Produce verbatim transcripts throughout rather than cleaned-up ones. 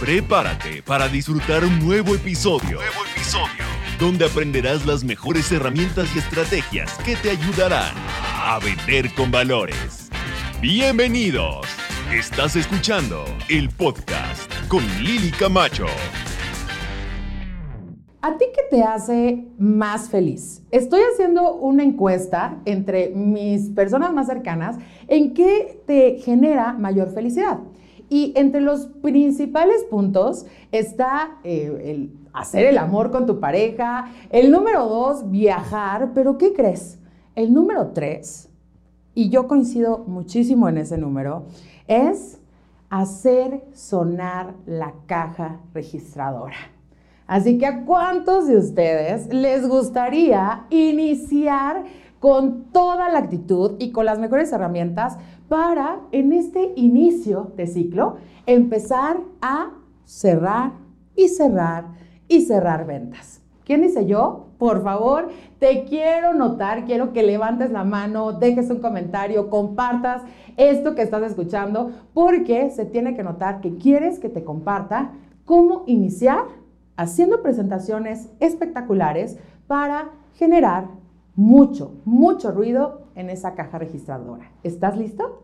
Prepárate para disfrutar un nuevo episodio. Nuevo episodio. Donde aprenderás las mejores herramientas y estrategias que te ayudarán a vender con valores. Bienvenidos. Estás escuchando el podcast con Lili Camacho. ¿A ti qué te hace más feliz? Estoy haciendo una encuesta entre mis personas más cercanas en qué te genera mayor felicidad. Y entre los principales puntos está eh, el hacer el amor con tu pareja, el número dos, viajar, pero ¿qué crees? El número tres, y yo coincido muchísimo en ese número, es hacer sonar la caja registradora. Así que ¿a cuántos de ustedes les gustaría iniciar con toda la actitud y con las mejores herramientas para, en este inicio de ciclo, empezar a cerrar y cerrar y cerrar ventas? ¿Quién dice yo? Por favor, te quiero notar, quiero que levantes la mano, dejes un comentario, compartas esto que estás escuchando, porque se tiene que notar que quieres que te comparta cómo iniciar haciendo presentaciones espectaculares para generar mucho, mucho ruido en esa caja registradora. ¿Estás listo?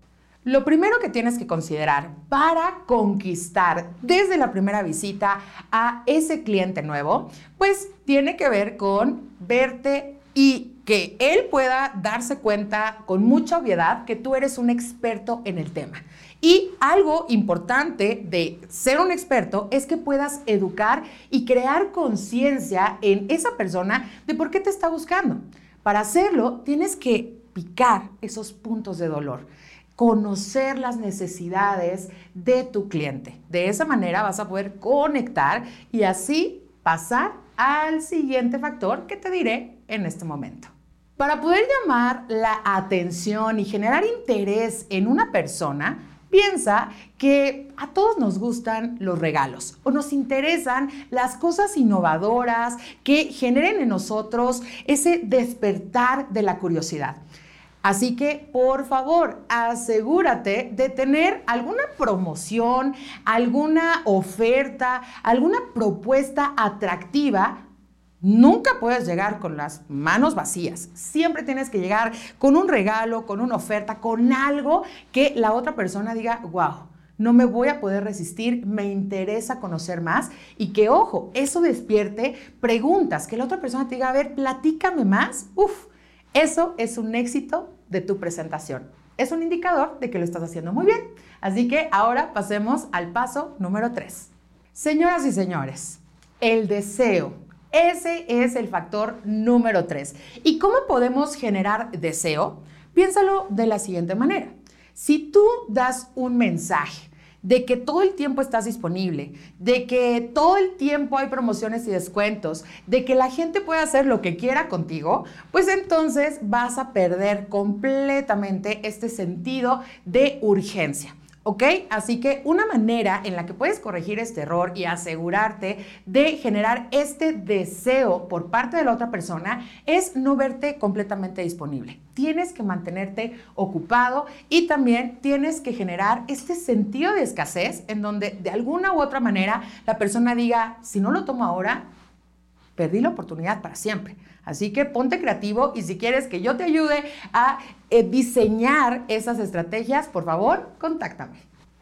Lo primero que tienes que considerar para conquistar desde la primera visita a ese cliente nuevo, pues tiene que ver con verte y que él pueda darse cuenta con mucha obviedad que tú eres un experto en el tema. Y algo importante de ser un experto es que puedas educar y crear conciencia en esa persona de por qué te está buscando. Para hacerlo, tienes que picar esos puntos de dolor, conocer las necesidades de tu cliente. De esa manera vas a poder conectar y así pasar al siguiente factor que te diré en este momento. Para poder llamar la atención y generar interés en una persona, piensa que a todos nos gustan los regalos o nos interesan las cosas innovadoras que generen en nosotros ese despertar de la curiosidad. Así que, por favor, asegúrate de tener alguna promoción, alguna oferta, alguna propuesta atractiva. Nunca puedes llegar con las manos vacías. Siempre tienes que llegar con un regalo, con una oferta, con algo que la otra persona diga, wow, no me voy a poder resistir, me interesa conocer más. Y que, ojo, eso despierte preguntas, que la otra persona te diga, a ver, platícame más. Uf, eso es un éxito de tu presentación. Es un indicador de que lo estás haciendo muy bien. Así que ahora pasemos al paso número tres. Señoras y señores, el deseo. Ese es el factor número tres. ¿Y cómo podemos generar deseo? Piénsalo de la siguiente manera. Si tú das un mensaje de que todo el tiempo estás disponible, de que todo el tiempo hay promociones y descuentos, de que la gente puede hacer lo que quiera contigo, pues entonces vas a perder completamente este sentido de urgencia. ¿Ok? Así que una manera en la que puedes corregir este error y asegurarte de generar este deseo por parte de la otra persona es no verte completamente disponible. Tienes que mantenerte ocupado y también tienes que generar este sentido de escasez en donde de alguna u otra manera la persona diga, si no lo tomo ahora, perdí la oportunidad para siempre. Así que ponte creativo y si quieres que yo te ayude a eh, diseñar esas estrategias, por favor, contáctame.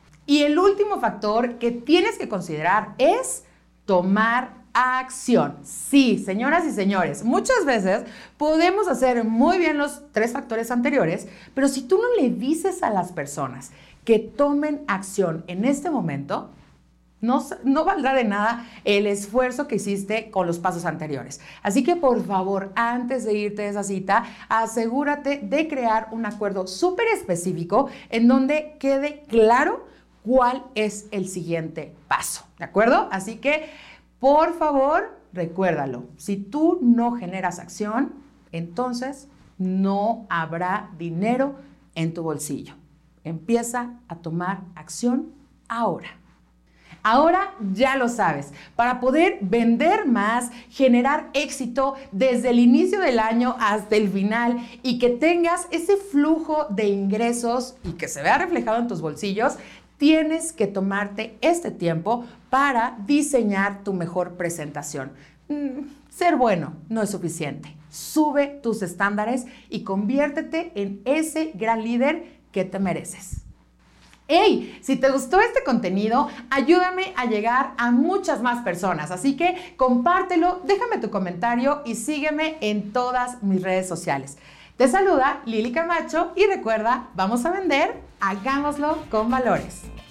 Y el último factor que tienes que considerar es tomar acción. Sí, señoras y señores, muchas veces podemos hacer muy bien los tres factores anteriores, pero si tú no le dices a las personas que tomen acción en este momento, No, no valdrá de nada el esfuerzo que hiciste con los pasos anteriores. Así que, por favor, antes de irte de esa cita, asegúrate de crear un acuerdo súper específico en donde quede claro cuál es el siguiente paso, ¿de acuerdo? Así que, por favor, recuérdalo. Si tú no generas acción, entonces no habrá dinero en tu bolsillo. Empieza a tomar acción ahora. Ahora ya lo sabes, para poder vender más, generar éxito desde el inicio del año hasta el final y que tengas ese flujo de ingresos y que se vea reflejado en tus bolsillos, tienes que tomarte este tiempo para diseñar tu mejor presentación. Ser bueno no es suficiente. Sube tus estándares y conviértete en ese gran líder que te mereces. ¡Hey! Si te gustó este contenido, ayúdame a llegar a muchas más personas. Así que compártelo, déjame tu comentario y sígueme en todas mis redes sociales. Te saluda Lili Camacho y recuerda, vamos a vender, hagámoslo con valores.